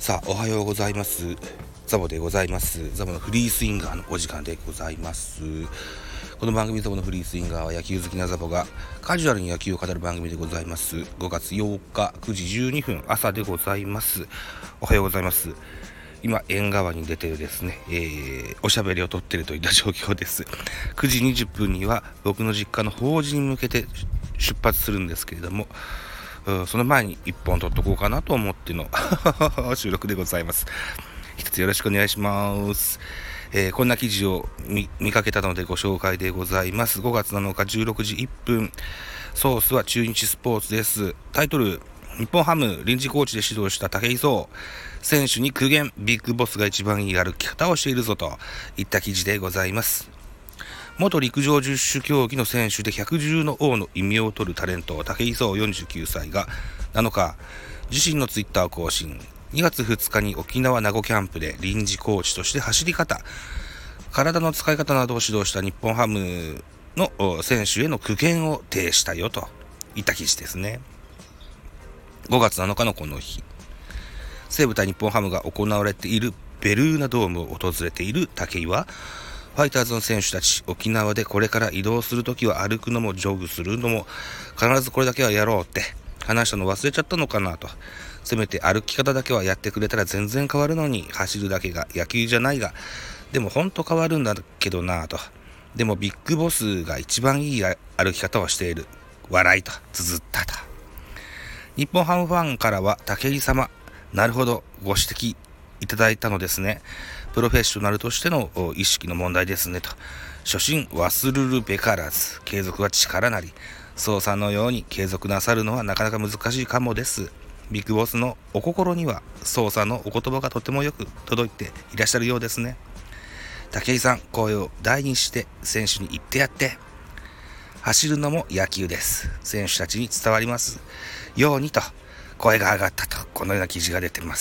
さあ、おはようございます。ザボでございます。ザボのフリースインガーのお時間でございます。この番組ザボのフリースインガーは野球好きなザボがカジュアルに野球を語る番組でございます。5月8日9時12分朝でございます。おはようございます。今縁側に出てですね、おしゃべりをとっているといった状況です。9時20分には僕の実家の法事に向けて出発するんですけれども、その前に1本撮っとこうかなと思っての収録でございます。一つよろしくお願いします。こんな記事を 見かけたのでご紹介でございます。5月7日16時1分、ソースは中日スポーツです。タイトル、日本ハム臨時コーチで指導した武井壮選手に苦言、ビッグボスが一番いい歩き方をしているぞといった記事でございます。元陸上十種競技の選手で百獣の王の異名を取るタレント武井壮49歳が7日自身のツイッターを更新。2月2日に沖縄名護キャンプで臨時コーチとして走り方、体の使い方などを指導した日本ハムの選手への苦言を呈したよといった記事ですね。5月7日のこの日、西武対日本ハムが行われているベルーナドームを訪れている武井は、ファイターズの選手たち、沖縄でこれから移動するときは歩くのもジョグするのも必ずこれだけはやろうって話したの忘れちゃったのかなと。せめて歩き方だけはやってくれたら全然変わるのに、走るだけが野球じゃないが、でも本当変わるんだけどなと。でもビッグボスが一番いい歩き方をしている。笑いと綴ったと。日本ハムファンからは、武井様、なるほど、ご指摘いただいたのですね。プロフェッショナルとしての意識の問題ですねと。初心忘るるべからず、継続は力なり。宋さんのように継続なさるのはなかなか難しいかもです。ビッグボスのお心には宋さんのお言葉がとてもよく届いていらっしゃるようですね。武井さん、声を大にして選手に言ってやって。走るのも野球です。選手たちに伝わりますようにと声が上がったと、このような記事が出てます。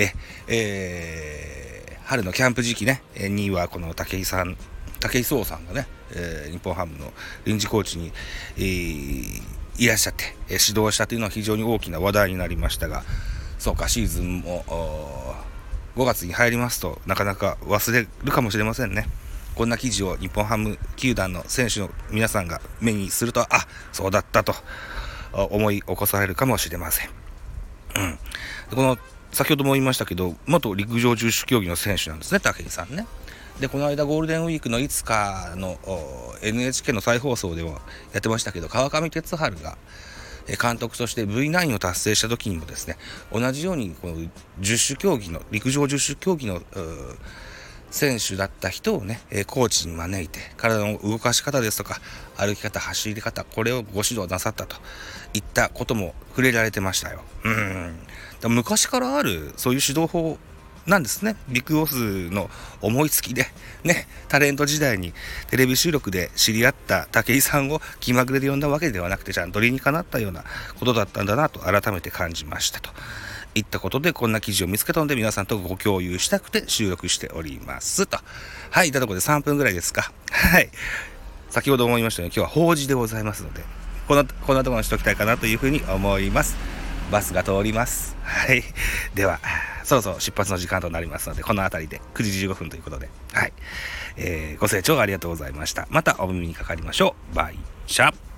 春のキャンプ時期ねにはこの武井壮さんがね、日本ハムの臨時コーチに、いらっしゃって指導したというのは非常に大きな話題になりましたが、そうか、シーズンも5月に入りますとなかなか忘れるかもしれませんね。こんな記事を日本ハム球団の選手の皆さんが目にすると、あ、そうだったと思い起こされるかもしれません。この先ほども言いましたけど、元陸上十種競技の選手なんですね、武井さんね。で、この間ゴールデンウィークの5日の NHK の再放送でもやってましたけど、川上哲治が監督として V9 を達成した時にもですね、同じようにこの十種競技の陸上十種競技の選手だった人をね、コーチに招いて体の動かし方ですとか歩き方、走り方、これをご指導なさったといったことも触れられてましたよ。昔からあるそういう指導法なんですね。ビッグボスの思いつきでね、タレント時代にテレビ収録で知り合った武井さんを気まぐれで呼んだわけではなくて、ちゃんと理にかなったようなことだったんだなと改めて感じましたといったことで、こんな記事を見つけたので皆さんとご共有したくて収録しておりますと。はい、いたところで3分ぐらいですか。はい、先ほど思いましたように今日は法事でございますので、こんなところにしときたいかなというふうに思います。バスが通ります。はい、ではそろそろ出発の時間となりますので、この辺りで9時15分ということで、はい、ご清聴ありがとうございました。またお耳にかかりましょう。バイシャ。